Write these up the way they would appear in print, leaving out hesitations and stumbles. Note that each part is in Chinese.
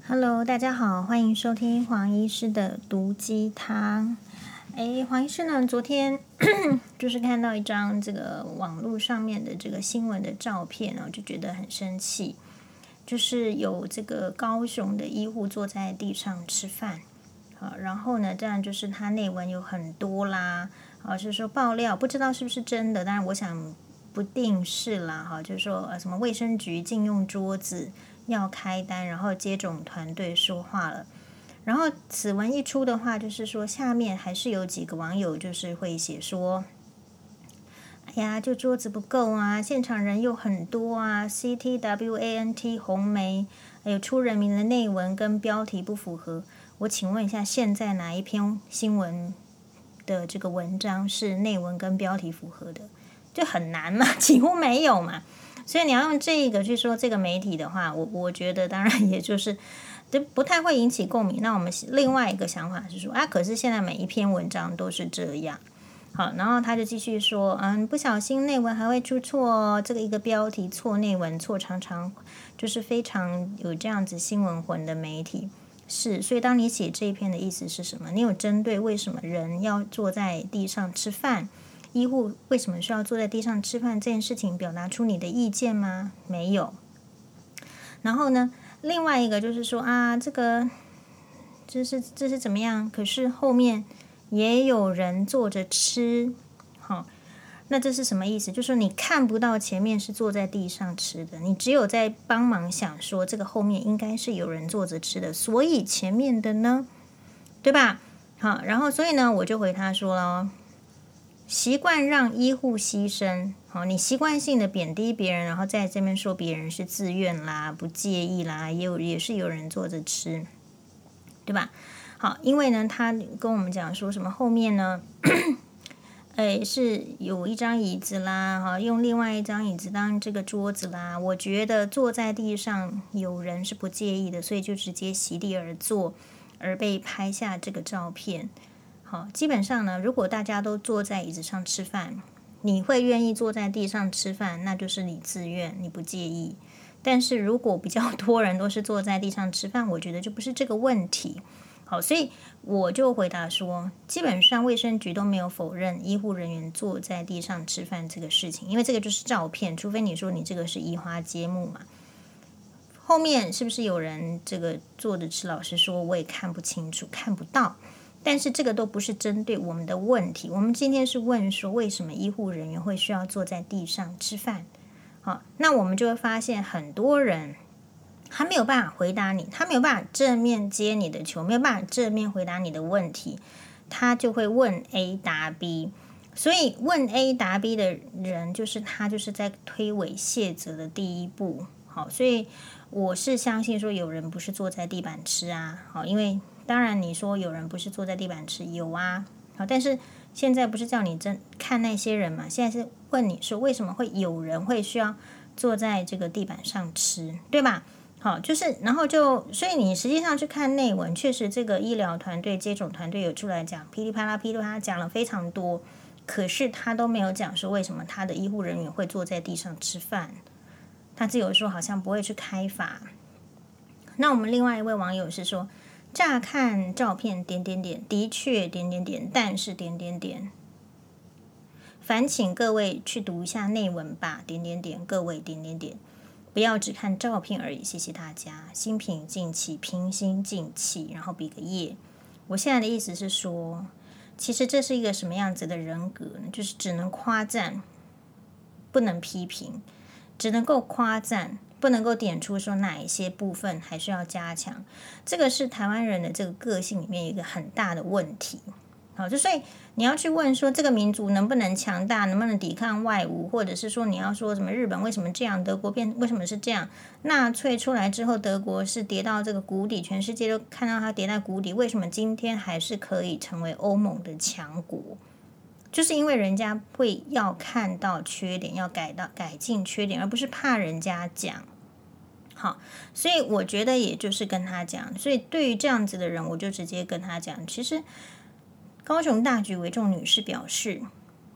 Hello，大家好，欢迎收听黄医师的毒鸡汤。黄医师呢，昨天就是看到一张这个网络上面的这个新闻的照片呢，就觉得很生气。就是有这个高雄的医护坐在地上吃饭，然后呢，这样就是他内文有很多啦，是说爆料，不知道是不是真的，当然我想不定是啦，就是说什么卫生局禁用桌子要开单，然后接种团队说话了。然后此文一出的话，就是说下面还是有几个网友就是会写说，哎呀，就桌子不够啊，现场人又很多啊 ，CTWANT 红媒还有出人名的内文跟标题不符合。我请问一下，现在哪一篇新闻的这个文章是内文跟标题符合的？就很难嘛，几乎没有嘛。所以你要用这个去说这个媒体的话，我觉得当然也就是不太会引起共鸣。那我们另外一个想法是说，可是现在每一篇文章都是这样。好，然后他就继续说，不小心内文还会出错哦，这个一个标题错，内文错，常常就是非常有这样子新闻魂的媒体。是，所以当你写这一篇的意思是什么？你有针对为什么人要坐在地上吃饭？医护为什么需要坐在地上吃饭这件事情表达出你的意见吗？没有。然后呢，另外一个就是说这是怎么样？可是后面也有人坐着吃，那这是什么意思？就是说你看不到前面是坐在地上吃的，你只有在帮忙想说这个后面应该是有人坐着吃的，所以前面的呢，对吧？好，然后所以呢，我就回他说了，习惯让医护牺牲，你习惯性的贬低别人，然后在这边说别人是自愿啦、不介意啦，也是有人坐着吃，对吧？好，因为呢，他跟我们讲说什么后面呢？是有一张椅子啦，用另外一张椅子当这个桌子啦。我觉得坐在地上有人是不介意的，所以就直接席地而坐，而被拍下这个照片。好，基本上呢，如果大家都坐在椅子上吃饭，你会愿意坐在地上吃饭，那就是你自愿，你不介意。但是如果比较多人都是坐在地上吃饭，我觉得就不是这个问题。好，所以我就回答说，基本上卫生局都没有否认医护人员坐在地上吃饭这个事情，因为这个就是照片，除非你说你这个是移花接木嘛。后面是不是有人这个坐着吃？老实说，我也看不清楚，看不到。但是这个都不是针对我们的问题，我们今天是问说，为什么医护人员会需要坐在地上吃饭？好，那我们就会发现很多人他没有办法回答你，他没有办法正面接你的球，没有办法正面回答你的问题，他就会问 A 答 B， 所以问 A 答 B 的人他就是在推诿卸责的第一步。好，所以我是相信说有人不是坐在地板吃啊，好，因为当然你说有人不是坐在地板吃，有啊，好，但是现在不是叫你看那些人嘛，现在是问你说为什么会有人会需要坐在这个地板上吃，对吧？好，就是然后所以你实际上去看内文，确实这个医疗团队、接种团队有出来讲，噼里啪啦噼里啪啦讲了非常多，可是他都没有讲说为什么他的医护人员会坐在地上吃饭，他只有说好像不会去开罚。那我们另外一位网友是说，乍看照片点点点，的确点点点，但是点点点，烦请各位去读一下内文吧，点点点，各位点点点。不要只看照片而已，谢谢大家。心平静气，平心静气，然后比个耶。我现在的意思是说，其实这是一个什么样子的人格呢？就是只能夸赞，不能批评，只能够夸赞，不能够点出说哪一些部分还需要加强。这个是台湾人的这个个性里面一个很大的问题。好，所以你要去问说这个民族能不能强大，能不能抵抗外侮，或者是说你要说什么日本为什么这样，德国为什么是这样？纳粹出来之后，德国是跌到这个谷底，全世界都看到它跌在谷底，为什么今天还是可以成为欧盟的强国？就是因为人家会要看到缺点，要改进缺点，而不是怕人家讲。好，所以我觉得也就是跟他讲，所以对于这样子的人，我就直接跟他讲，其实高雄大局为重女士表示，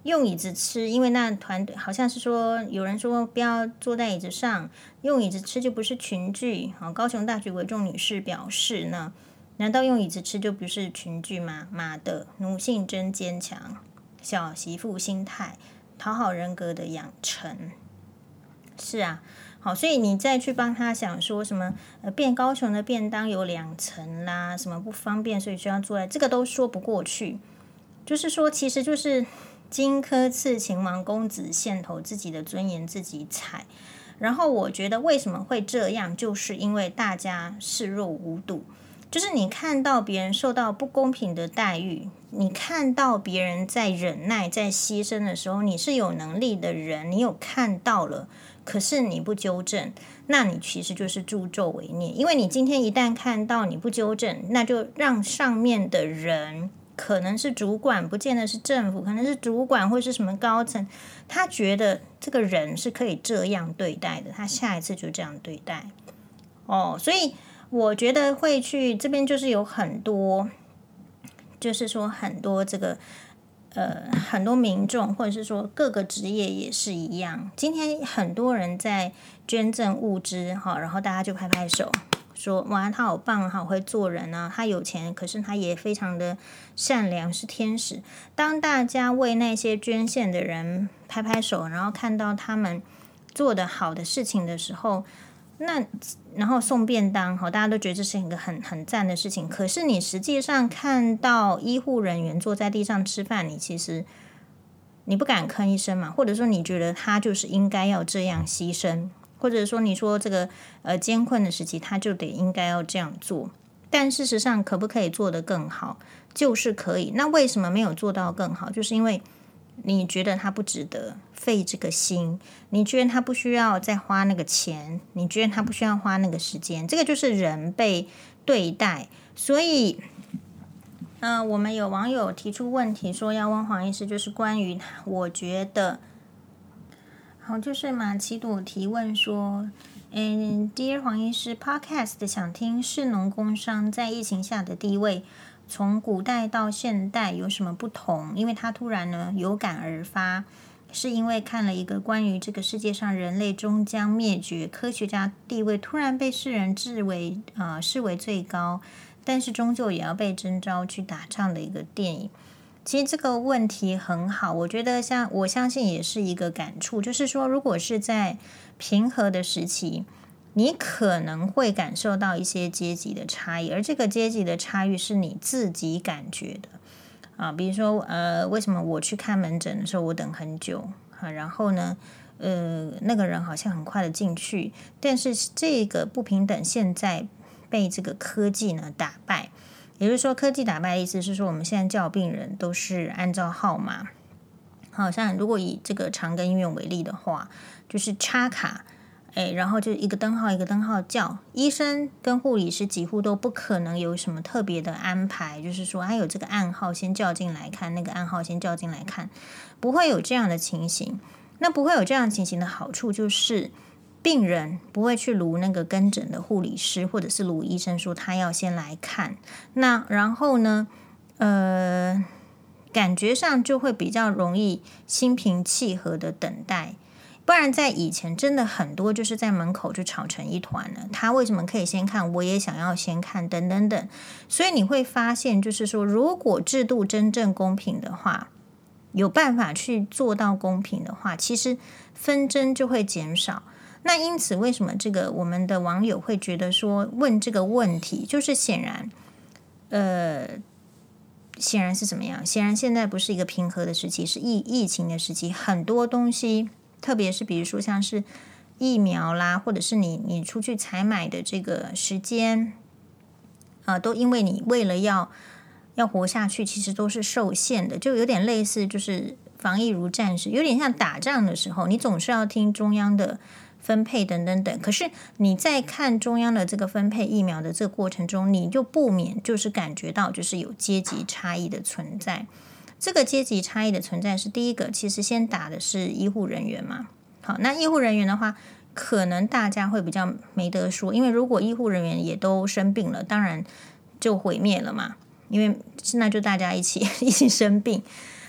用椅子吃，因为那团队好像是说有人说不要坐在椅子上，用椅子吃就不是群聚。高雄大学为众女士表示呢，难道用椅子吃就不是群聚吗？妈的，奴性真坚强，小媳妇心态，讨好人格的养成。是啊，好，所以你再去帮他想说什么高雄的便当有2层啦，什么不方便，所以需要坐在这个都说不过去。就是说，其实就是荆轲刺秦王，公子线头，自己的尊严自己踩。然后我觉得为什么会这样，就是因为大家视若无睹。就是你看到别人受到不公平的待遇，你看到别人在忍耐、在牺牲的时候，你是有能力的人，你有看到了，可是你不纠正，那你其实就是助纣为虐。因为你今天一旦看到你不纠正，那就让上面的人，可能是主管，不见得是政府，可能是主管或是什么高层，他觉得这个人是可以这样对待的，他下一次就这样对待。所以我觉得会去这边就是有很多，就是说很多这个很多民众或者是说各个职业也是一样，今天很多人在捐赠物资，然后大家就拍拍手说哇他好棒，好会做人啊，他有钱，可是他也非常的善良，是天使。当大家为那些捐献的人拍拍手，然后看到他们做的好的事情的时候，那然后送便当，大家都觉得这是一个很赞的事情。可是你实际上看到医护人员坐在地上吃饭，其实你不敢吭一声嘛，或者说你觉得他就是应该要这样牺牲，或者说你说这个艰困的时期他就得应该要这样做。但事实上可不可以做得更好？就是可以。那为什么没有做到更好？就是因为你觉得他不值得费这个心，你觉得他不需要再花那个钱，你觉得他不需要花那个时间，这个就是人被对待。所以我们有网友提出问题说要问黄医师，就是关于我觉得好，就是马奇朵提问说Dear 黄医师 Podcast 想听士农工商在疫情下的地位从古代到现代有什么不同？因为他突然呢有感而发，是因为看了一个关于这个世界上人类终将灭绝，科学家地位突然被世人视为最高，但是终究也要被征召去打仗的一个电影。其实这个问题很好，我觉得我相信也是一个感触，就是说如果是在平和的时期，你可能会感受到一些阶级的差异，而这个阶级的差异是你自己感觉的比如说为什么我去看门诊的时候我等很久然后呢那个人好像很快的进去，但是这个不平等现在被这个科技呢打败。也就是说科技打败的意思是说我们现在叫病人都是按照号码，好像如果以这个长庚医院为例的话，就是插卡然后就一个灯号一个灯号叫，医生跟护理师几乎都不可能有什么特别的安排，就是说还有这个暗号先叫进来看，那个暗号先叫进来看，不会有这样的情形。那不会有这样的情形的好处就是病人不会去卢那个跟诊的护理师或者是卢医生说他要先来看，那然后呢感觉上就会比较容易心平气和的等待。不然在以前真的很多就是在门口就吵成一团了，他为什么可以先看，我也想要先看等等等。所以你会发现就是说如果制度真正公平的话，有办法去做到公平的话，其实纷争就会减少。那因此为什么这个我们的网友会觉得说问这个问题，就是显然是怎么样？显然现在不是一个平和的时期，是疫情的时期，很多东西特别是比如说像是疫苗啦，或者是你出去采买的这个时间都因为你为了要活下去，其实都是受限的，就有点类似就是防疫如战士，有点像打仗的时候，你总是要听中央的分配等等等。可是你在看中央的这个分配疫苗的这个过程中，你就不免就是感觉到就是有阶级差异的存在。这个阶级差异的存在是第一个，其实先打的是医护人员嘛。好，那医护人员的话，可能大家会比较没得说，因为如果医护人员也都生病了，当然就毁灭了嘛，因为那就大家一起生病。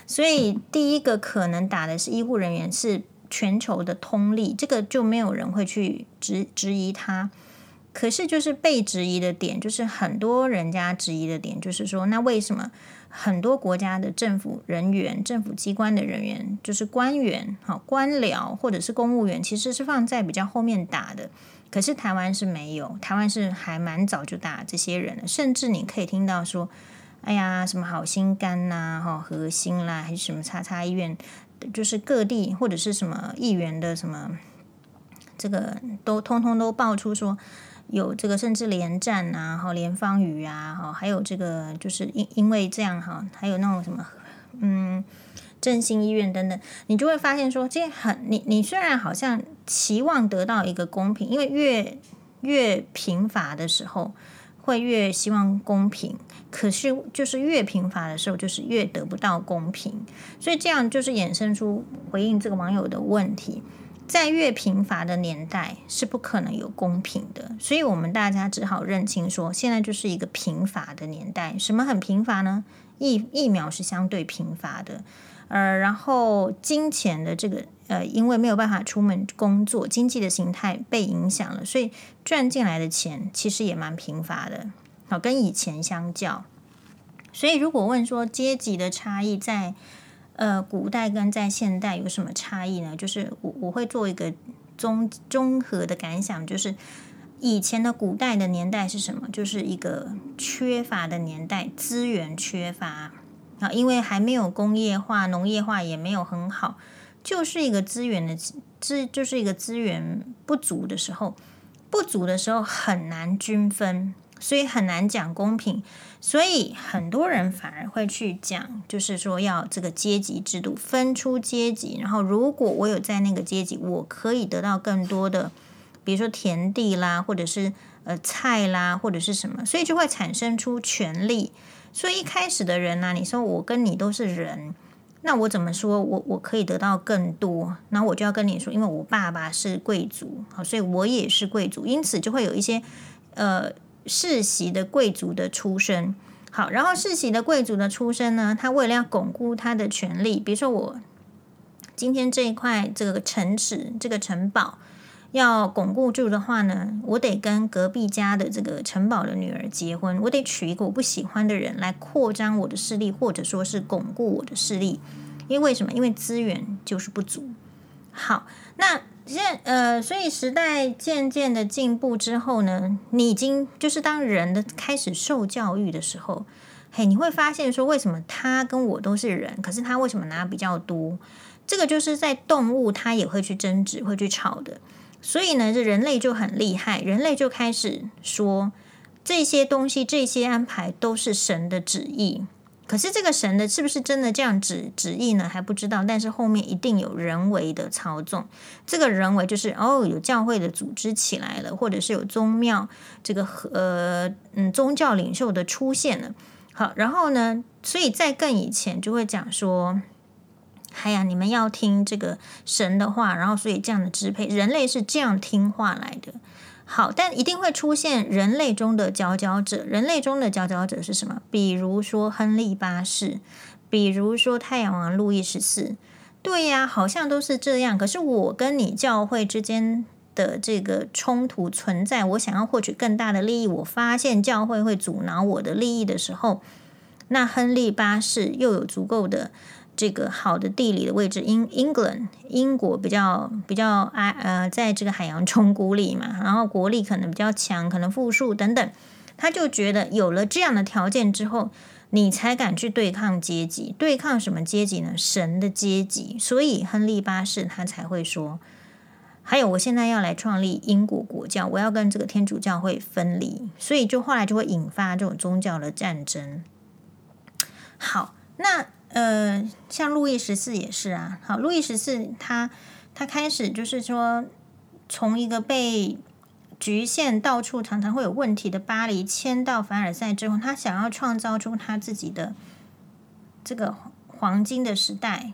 所以第一个可能打的是医护人员，是全球的通例，这个就没有人会去质疑它。可是就是被质疑的点，就是很多人家质疑的点，就是说，那为什么很多国家的政府人员、政府机关的人员，就是官员、官僚或者是公务员，其实是放在比较后面打的。可是台湾是没有，台湾是还蛮早就打这些人了，甚至你可以听到说，哎呀，什么好心肝呐、核心啦，还是什么叉叉医院，就是各地或者是什么议员的什么，这个都通通都爆出说。有这个甚至连战啊，连方瑜啊，还有这个就是因为这样哈，还有那种什么振兴医院等等，你就会发现说，这你虽然好像期望得到一个公平，因为越贫乏的时候会越希望公平，可是就是越贫乏的时候就是越得不到公平，所以这样就是衍生出回应这个网友的问题。在越贫乏的年代是不可能有公平的，所以我们大家只好认清说，现在就是一个贫乏的年代。什么很贫乏呢？疫苗是相对贫乏的，然后金钱的这个因为没有办法出门工作，经济的形态被影响了，所以赚进来的钱其实也蛮贫乏的，好，跟以前相较。所以如果问说阶级的差异在古代跟在现代有什么差异呢？就是我会做一个综合的感想，就是以前的古代的年代是什么？就是一个缺乏的年代，资源缺乏啊，因为还没有工业化、农业化也没有很好，就是一个就是一个资源不足的时候，很难均分，所以很难讲公平。所以很多人反而会去讲，就是说要这个阶级制度，分出阶级，然后如果我有在那个阶级，我可以得到更多的，比如说田地啦，或者是菜啦，或者是什么，所以就会产生出权力。所以一开始的人呢，你说我跟你都是人，那我怎么说我可以得到更多？然后我就要跟你说，因为我爸爸是贵族，好，所以我也是贵族，因此就会有一些世袭的贵族的出身。好，然后世袭的贵族的出身呢，他为了要巩固他的权利，比如说我今天这一块这个城池这个城堡要巩固住的话呢，我得跟隔壁家的这个城堡的女儿结婚，我得娶一个我不喜欢的人来扩张我的势力，或者说是巩固我的势力。因为什么？因为资源就是不足。好，那所以时代渐渐的进步之后呢，你已经就是当人的开始受教育的时候，你会发现说，为什么他跟我都是人，可是他为什么拿比较多？这个就是在动物他也会去争执，会去吵的。所以呢，这人类就很厉害，人类就开始说这些东西、这些安排都是神的旨意。可是这个神的是不是真的这样旨意呢？还不知道。但是后面一定有人为的操纵。这个人为就是有教会的组织起来了，或者是有宗庙这个宗教领袖的出现了。好，然后呢，所以在更以前就会讲说，哎呀，你们要听这个神的话，然后所以这样的支配，人类是这样听话来的。好，但一定会出现人类中的佼佼者。人类中的佼佼者是什么？比如说亨利八世，比如说太阳王路易14。对呀，好像都是这样。可是我跟你教会之间的这个冲突存在，我想要获取更大的利益，我发现教会会阻挠我的利益的时候，那亨利八世又有足够的这个好的地理的位置，England 英国比较在这个海洋中孤立嘛，然后国力可能比较强，可能富庶等等，他就觉得有了这样的条件之后，你才敢去对抗阶级，对抗什么阶级呢？神的阶级。所以亨利八世他才会说，还有我现在要来创立英国国教，我要跟这个天主教会分离，所以就后来就会引发这种宗教的战争。好，那像路易14也是啊。好，路易14他开始就是说，从一个被局限、到处常常会有问题的巴黎迁到凡尔赛之后，他想要创造出他自己的这个黄金的时代。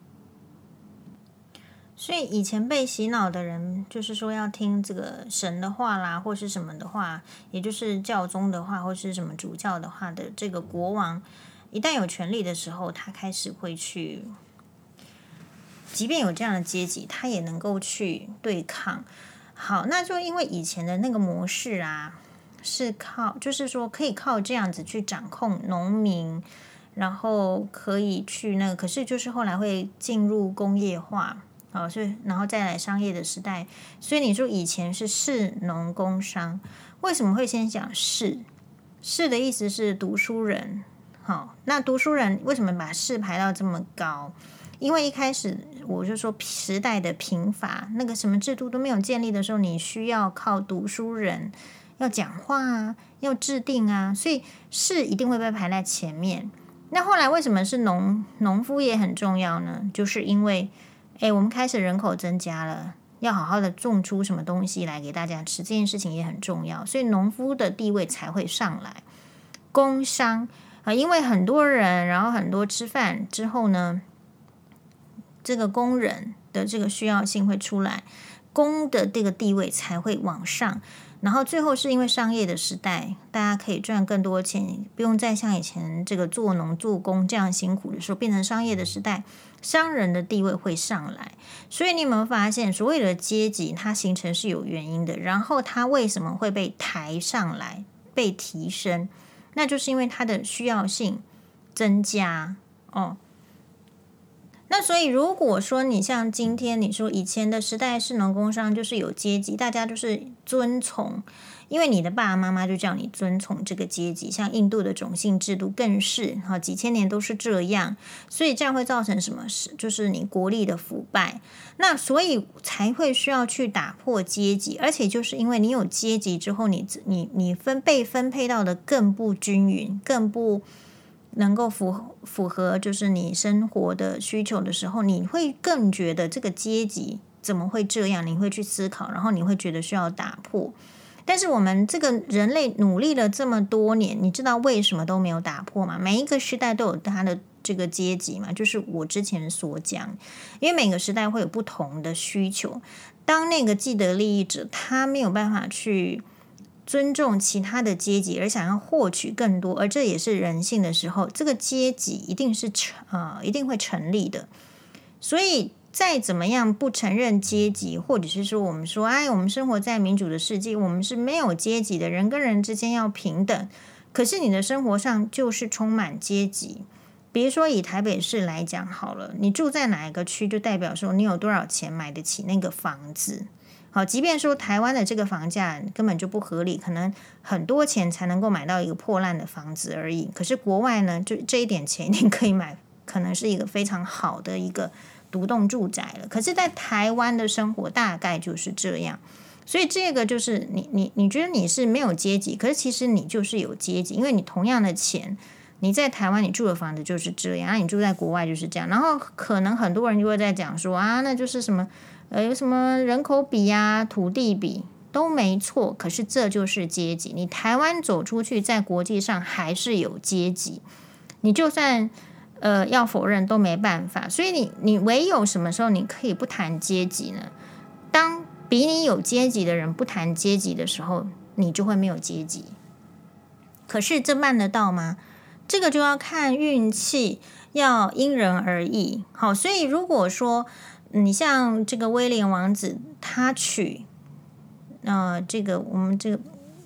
所以以前被洗脑的人，就是说要听这个神的话啦，或是什么的话，也就是教宗的话，或是什么主教的话的这个国王。 一旦有权力的时候，他开始会去，即便有这样的阶级，他也能够去对抗。好，那就因为以前的那个模式啊，是靠，就是说可以靠这样子去掌控农民，然后可以去那个，可是就是后来会进入工业化，好，所以然后再来商业的时代，所以你说以前是士农工商，为什么会先讲士？士的意思是读书人。好，那读书人为什么把士排到这么高？因为一开始我就说时代的贫乏，那个什么制度都没有建立的时候，你需要靠读书人要讲话啊，要制定啊，所以士一定会被排在前面。那后来为什么是农夫也很重要呢？就是因为我们开始人口增加了，要好好的种出什么东西来给大家吃，这件事情也很重要，所以农夫的地位才会上来。工商因为很多人，然后很多吃饭之后呢，这个工人的这个需要性会出来，工的这个地位才会往上。然后最后是因为商业的时代，大家可以赚更多钱，不用再像以前这个做农做工这样辛苦的时候，变成商业的时代，商人的地位会上来。所以你有没有发现，所谓的阶级它形成是有原因的，然后它为什么会被抬上来，被提升？那就是因为它的需要性增加哦。那所以如果说你像今天你说以前的时代士农工商就是有阶级，大家就是遵从，因为你的爸爸妈妈就叫你遵从这个阶级，像印度的种姓制度更是几千年都是这样，所以这样会造成什么事？就是你国力的腐败，那所以才会需要去打破阶级，而且就是因为你有阶级之后，你被分配到的更不均匀，更不能够符合就是你生活的需求的时候，你会更觉得这个阶级怎么会这样？你会去思考，然后你会觉得需要打破。但是我们这个人类努力了这么多年，你知道为什么都没有打破吗？每一个时代都有它的这个阶级嘛，就是我之前所讲，因为每个时代会有不同的需求。当那个既得利益者他没有办法去尊重其他的阶级，而想要获取更多，而这也是人性的时候，这个阶级一定会成立的。所以再怎么样不承认阶级，或者是说我们说，我们生活在民主的世界，我们是没有阶级的，人跟人之间要平等。可是你的生活上就是充满阶级。比如说以台北市来讲好了，你住在哪一个区，就代表说你有多少钱买得起那个房子。好，即便说台湾的这个房价根本就不合理，可能很多钱才能够买到一个破烂的房子而已。可是国外呢，就这一点钱一定可以买，可能是一个非常好的一个独栋住宅了。可是，在台湾的生活大概就是这样，所以这个就是你觉得你是没有阶级，可是其实你就是有阶级，因为你同样的钱，你在台湾你住的房子就是这样，你住在国外就是这样。然后可能很多人就会在讲说那就是什么。有什么人口比土地比都没错，可是这就是阶级。你台湾走出去，在国际上还是有阶级，你就算要否认都没办法。所以你唯有什么时候你可以不谈阶级呢？当比你有阶级的人不谈阶级的时候，你就会没有阶级。可是这办得到吗？这个就要看运气，要因人而异。好，所以如果说你像这个威廉王子，他娶这个我们这个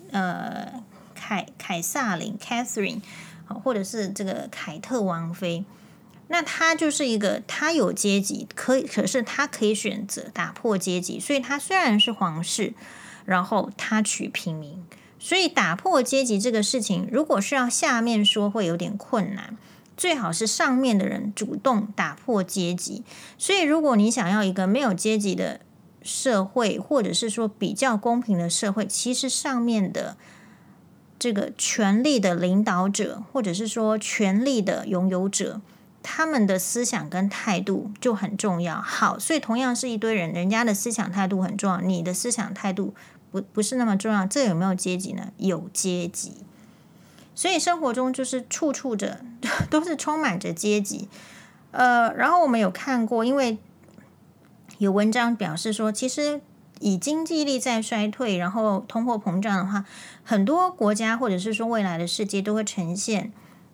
凯撒琳 Catherine， 或者是这个凯特王妃，那他就是一个他有阶级，可是他可以选择打破阶级，所以他虽然是皇室，然后他娶平民，所以打破阶级这个事情，如果是要下面说会有点困难。最好是上面的人主动打破阶级，所以如果你想要一个没有阶级的社会，或者是说比较公平的社会，其实上面的这个权力的领导者，或者是说权力的拥有者，他们的思想跟态度就很重要。好，所以同样是一堆人，人家的思想态度很重要，你的思想态度不是那么重要，这有没有阶级呢？有阶级。所以生活中就是处处的都是充满着阶级，然后我们有看过，因为有文章表示说，其实以经济力在衰退，然后通货膨胀的话，很多国家或者是说未来的世界都会呈现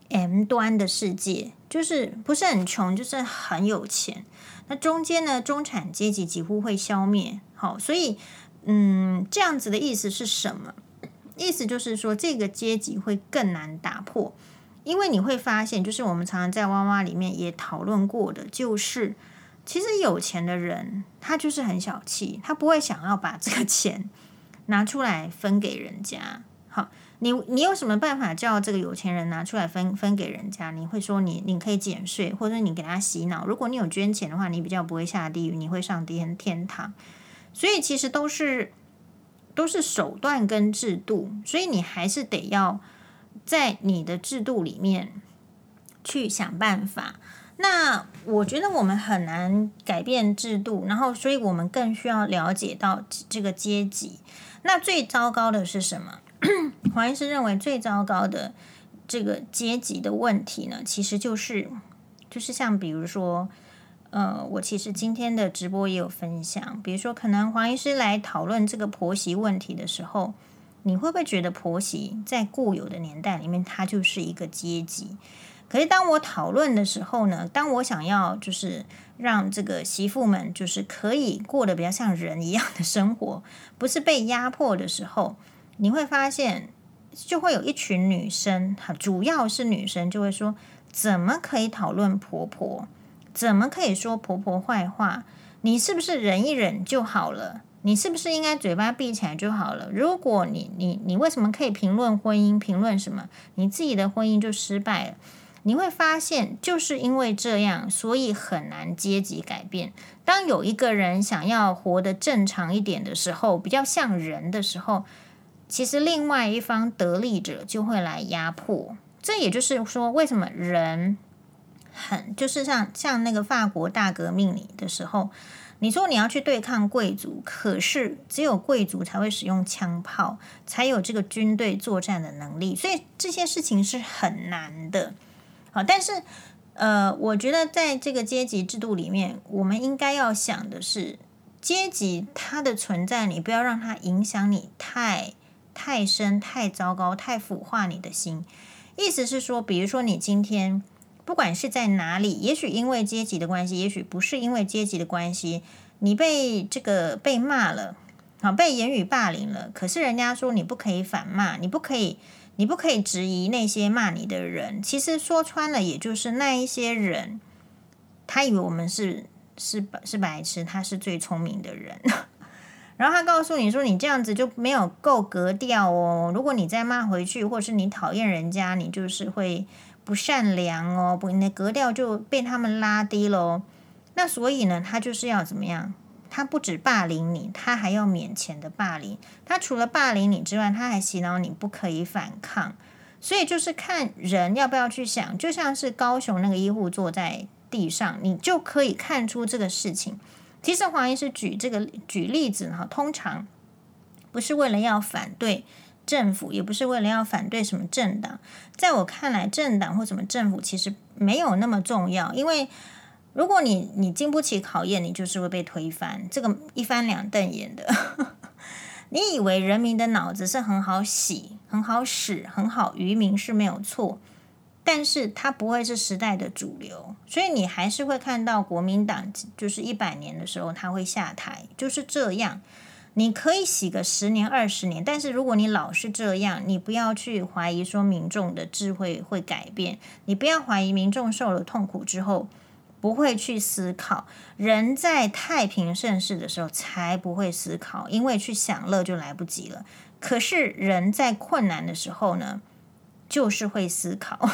M 端的世界，就是不是很穷，就是很有钱。那中间呢，中产阶级几乎会消灭。好，所以这样子的意思是什么？意思就是说，这个阶级会更难打破，因为你会发现，就是我们常常在哇哇里面也讨论过的，就是其实有钱的人他就是很小气，他不会想要把这个钱拿出来分给人家。好，你有什么办法叫这个有钱人拿出来分给人家？你会说你可以减税，或者你给他洗脑。如果你有捐钱的话，你比较不会下地狱，你会上天堂。所以其实都是手段跟制度，所以你还是得要在你的制度里面去想办法。那我觉得我们很难改变制度，然后所以我们更需要了解到这个阶级。那最糟糕的是什么？黄医师认为最糟糕的这个阶级的问题呢，其实就是像比如说我其实今天的直播也有分享，比如说可能黄医师来讨论这个婆媳问题的时候，你会不会觉得婆媳在固有的年代里面它就是一个阶级？可是当我讨论的时候呢，当我想要就是让这个媳妇们就是可以过得比较像人一样的生活，不是被压迫的时候，你会发现就会有一群女生，主要是女生就会说，怎么可以讨论婆婆？怎么可以说婆婆坏话？你是不是忍一忍就好了？你是不是应该嘴巴闭起来就好了？如果你为什么可以评论婚姻？评论什么？你自己的婚姻就失败了。你会发现，就是因为这样，所以很难阶级改变。当有一个人想要活得正常一点的时候，比较像人的时候，其实另外一方得利者就会来压迫。这也就是说，为什么人就是像那个法国大革命里的时候，你说你要去对抗贵族，可是只有贵族才会使用枪炮，才有这个军队作战的能力，所以这些事情是很难的。好，但是我觉得在这个阶级制度里面，我们应该要想的是，阶级它的存在，你不要让它影响你太深、太糟糕、太腐化你的心。意思是说，比如说你今天不管是在哪里，也许因为阶级的关系，也许不是因为阶级的关系，你被骂了，好，被言语霸凌了，可是人家说你不可以反骂，你不可以质疑那些骂你的人。其实说穿了，也就是那一些人，他以为我们是白痴，他是最聪明的人。然后他告诉你说，你这样子就没有够格调哦。如果你再骂回去，或是你讨厌人家，你就是会不善良哦，你的格调就被他们拉低了哦。那所以呢，他就是要怎么样？他不止霸凌你，他还要免钱的霸凌。他除了霸凌你之外，他还洗脑你不可以反抗。所以就是看人要不要去想，就像是高雄那个医护坐在地上，你就可以看出这个事情。其实黄医师举例子呢，通常不是为了要反对政府，也不是为了要反对什么政党。在我看来，政党或什么政府其实没有那么重要，因为如果你经不起考验，你就是会被推翻，这个一翻两瞪眼的。你以为人民的脑子是很好洗、很好使、很好愚民是没有错，但是它不会是时代的主流，所以你还是会看到国民党就是100年的时候他会下台，就是这样。你可以洗个10年20年，但是如果你老是这样，你不要去怀疑说民众的智慧会改变，你不要怀疑民众受了痛苦之后不会去思考。人在太平盛世的时候才不会思考，因为去享乐就来不及了。可是人在困难的时候呢，就是会思考。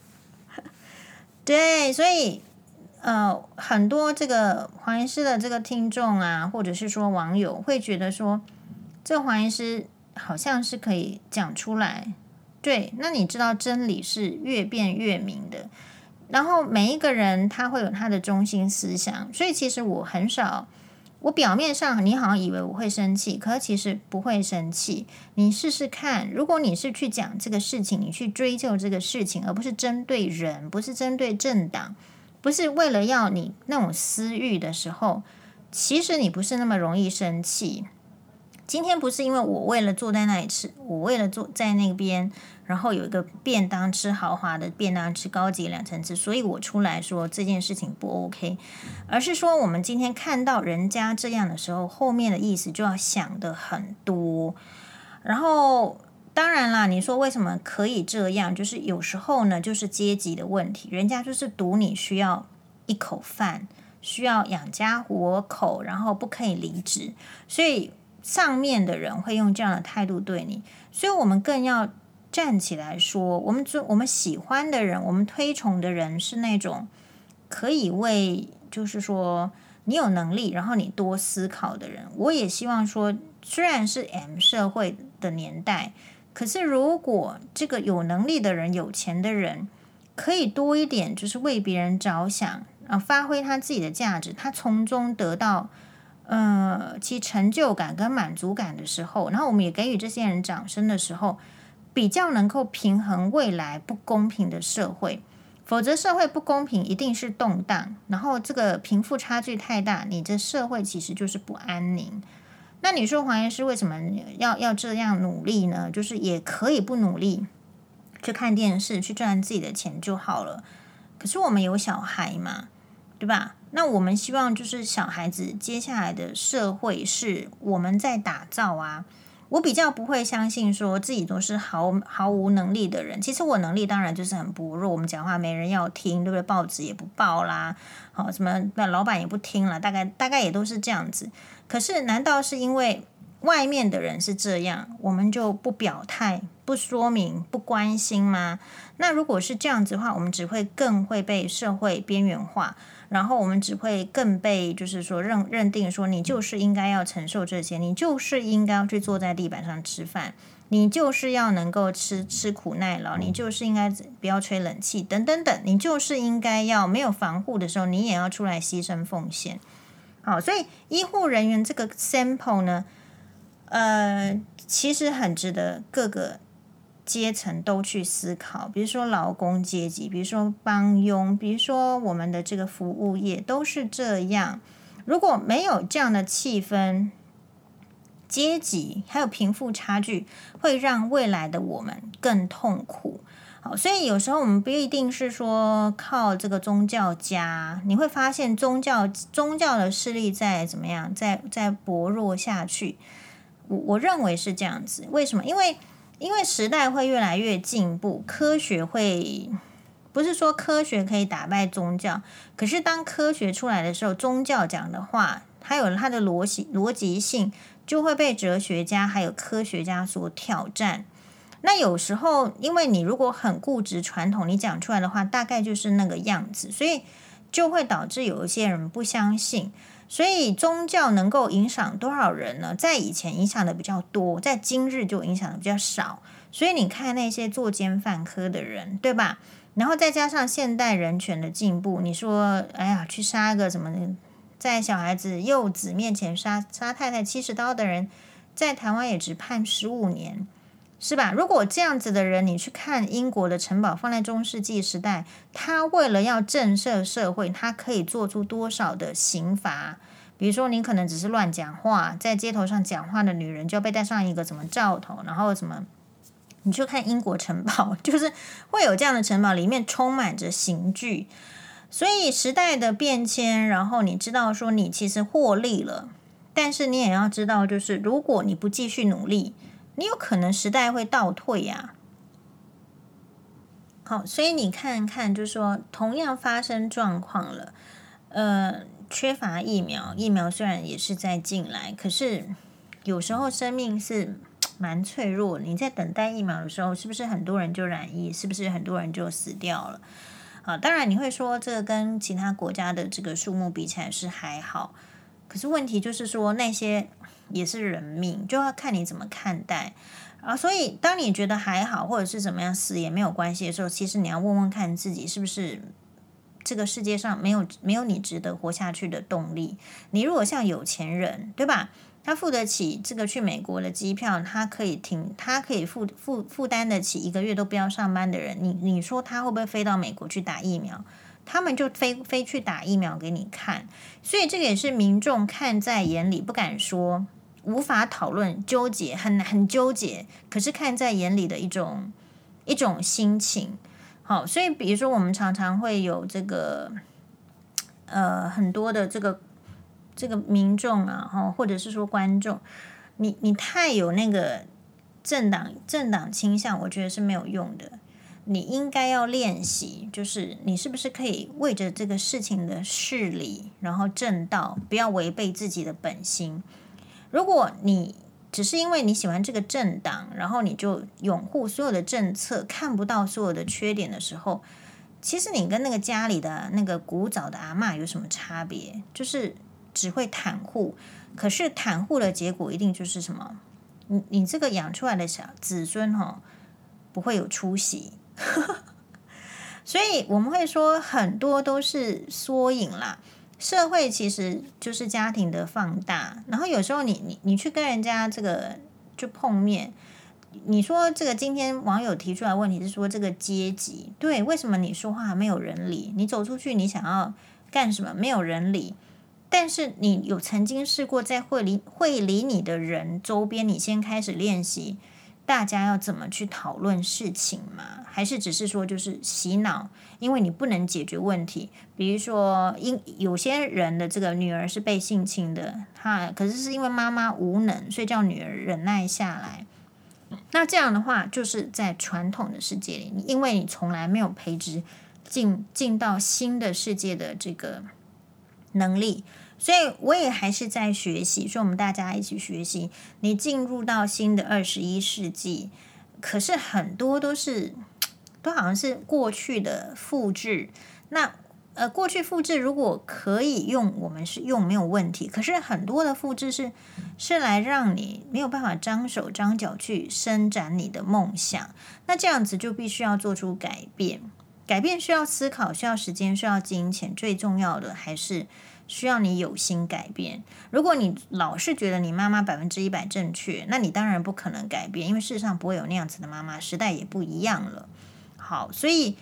对，所以很多这个黄医师的这个听众啊，或者是说网友会觉得说，这个黄医师好像是可以讲出来。对，那你知道真理是越辩越明的。然后每一个人他会有他的中心思想，所以其实我很少，我表面上你好像以为我会生气，可是其实不会生气。你试试看，如果你是去讲这个事情，你去追究这个事情，而不是针对人，不是针对政党，不是为了要你那种私欲的时候，其实你不是那么容易生气。 今天不是因为我为了坐在那里吃，我为了坐在那边，然后有一个便当吃豪华的便当，吃高级2层次，所以我出来说这件事情不 OK， 而是说我们今天看到人家这样的时候，后面的意思就要想的很多。然后当然啦，你说为什么可以这样，就是有时候呢就是阶级的问题，人家就是赌你需要一口饭，需要养家活口，然后不可以离职，所以上面的人会用这样的态度对你，所以我们更要站起来说，我们喜欢的人，我们推崇的人是那种可以为，就是说你有能力，然后你多思考的人。我也希望说，虽然是 M 社会的年代，可是如果这个有能力的人、有钱的人可以多一点，就是为别人着想，发挥他自己的价值，他从中得到其成就感跟满足感的时候，然后我们也给予这些人掌声的时候，比较能够平衡未来不公平的社会。否则社会不公平一定是动荡，然后这个贫富差距太大，你这社会其实就是不安宁。那你说黄医师为什么要这样努力呢？就是也可以不努力，去看电视，去赚自己的钱就好了。可是我们有小孩嘛，对吧？那我们希望就是小孩子接下来的社会是我们在打造啊。我比较不会相信说自己都是毫无能力的人。其实我能力当然就是很薄弱，我们讲话没人要听，对不对？报纸也不报啦，好什么老板也不听了，大概也都是这样子。可是难道是因为外面的人是这样，我们就不表态、不说明、不关心吗？那如果是这样子的话，我们只会更会被社会边缘化，然后我们只会更被就是说认定说你就是应该要承受这些，你就是应该要去坐在地板上吃饭，你就是要能够吃苦耐劳，你就是应该不要吹冷气等等等，你就是应该要没有防护的时候，你也要出来牺牲奉献。好，所以医护人员这个 sample 呢，其实很值得各个阶层都去思考，比如说劳工阶级，比如说帮佣，比如说我们的这个服务业都是这样。如果没有这样的气氛，阶级还有贫富差距会让未来的我们更痛苦。好，所以有时候我们不一定是说靠这个宗教家，你会发现宗教的势力在怎么样，在薄弱下去。我认为是这样子。为什么？因为时代会越来越进步，科学会不是说科学可以打败宗教，可是当科学出来的时候，宗教讲的话还有它的逻辑性就会被哲学家还有科学家所挑战。那有时候因为你如果很固执传统，你讲出来的话大概就是那个样子，所以就会导致有一些人不相信。所以宗教能够影响多少人呢？在以前影响的比较多，在今日就影响的比较少。所以你看那些作奸犯科的人，对吧？然后再加上现代人权的进步，你说哎呀，去杀个什么在小孩子幼子面前杀太太70刀的人，在台湾也只判15年，是吧？如果这样子的人，你去看英国的城堡，放在中世纪时代，他为了要震慑社会，他可以做出多少的刑罚？比如说，你可能只是乱讲话，在街头上讲话的女人就要被戴上一个什么罩头，然后什么？你去看英国城堡，就是会有这样的城堡，里面充满着刑具。所以时代的变迁，然后你知道说你其实获利了，但是你也要知道，就是如果你不继续努力，你有可能时代会倒退呀。好，所以你看看，就是说同样发生状况了，缺乏疫苗虽然也是在进来，可是有时候生命是蛮脆弱。你在等待疫苗的时候，是不是很多人就染疫？是不是很多人就死掉了？当然你会说这个跟其他国家的这个数目比起来是还好，可是问题就是说那些也是人命，就要看你怎么看待所以当你觉得还好或者是怎么样死也没有关系的时候，其实你要问问看自己是不是这个世界上没有你值得活下去的动力。你如果像有钱人，对吧？他付得起这个去美国的机票，他可以负担得起1个月都不要上班的人，你说他会不会飞到美国去打疫苗？他们就飞去打疫苗给你看。所以这个也是民众看在眼里，不敢说无法讨论，纠结，很纠结，可是看在眼里的一种心情。好，所以比如说我们常常会有这个很多的这个民众啊，或者是说观众，你太有那个政党倾向，我觉得是没有用的。你应该要练习，就是你是不是可以为着这个事情的事理，然后正道，不要违背自己的本心。如果你只是因为你喜欢这个政党，然后你就拥护所有的政策，看不到所有的缺点的时候，其实你跟那个家里的那个古早的阿嬷有什么差别？就是只会袒护，可是袒护的结果一定就是什么？你这个养出来的小子孙不会有出息。所以我们会说很多都是缩影啦。社会其实就是家庭的放大，然后有时候你去跟人家这个就碰面，你说这个今天网友提出来的问题是说这个阶级，对，为什么你说话没有人理？你走出去你想要干什么？没有人理。但是你有曾经试过在会理你的人周边，你先开始练习大家要怎么去讨论事情吗？还是只是说就是洗脑？因为你不能解决问题，比如说有些人的这个女儿是被性侵的，可是因为妈妈无能，所以叫女儿忍耐下来。那这样的话，就是在传统的世界里，因为你从来没有培植进到新的世界的这个能力，所以我也还是在学习，所以我们大家一起学习。你进入到新的21世纪，可是很多都好像是过去的复制。那过去复制如果可以用，我们是用没有问题。可是很多的复制是来让你没有办法张手张脚去伸展你的梦想。那这样子就必须要做出改变。改变需要思考，需要时间，需要金钱，最重要的还是需要你有心改变。如果你老是觉得你妈妈100%正确，那你当然不可能改变，因为事实上不会有那样子的妈妈，时代也不一样了。好，所以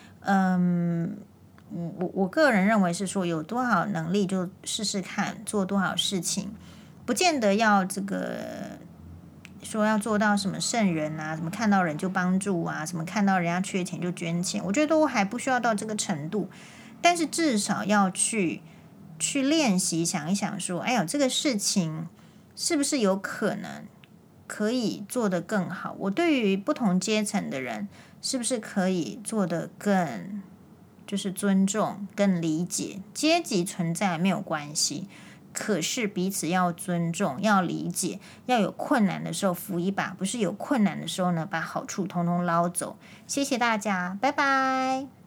我个人认为是说，有多少能力就试试看，做多少事情，不见得要这个说要做到什么圣人啊，什么看到人就帮助啊，什么看到人家缺钱就捐钱，我觉得都还不需要到这个程度。但是至少要去练习，想一想说，哎呦，这个事情是不是有可能可以做得更好？我对于不同阶层的人，是不是可以做得更就是尊重、更理解？阶级存在没有关系。可是彼此要尊重，要理解，要有困难的时候扶一把，不是有困难的时候呢把好处通通捞走。谢谢大家，拜拜。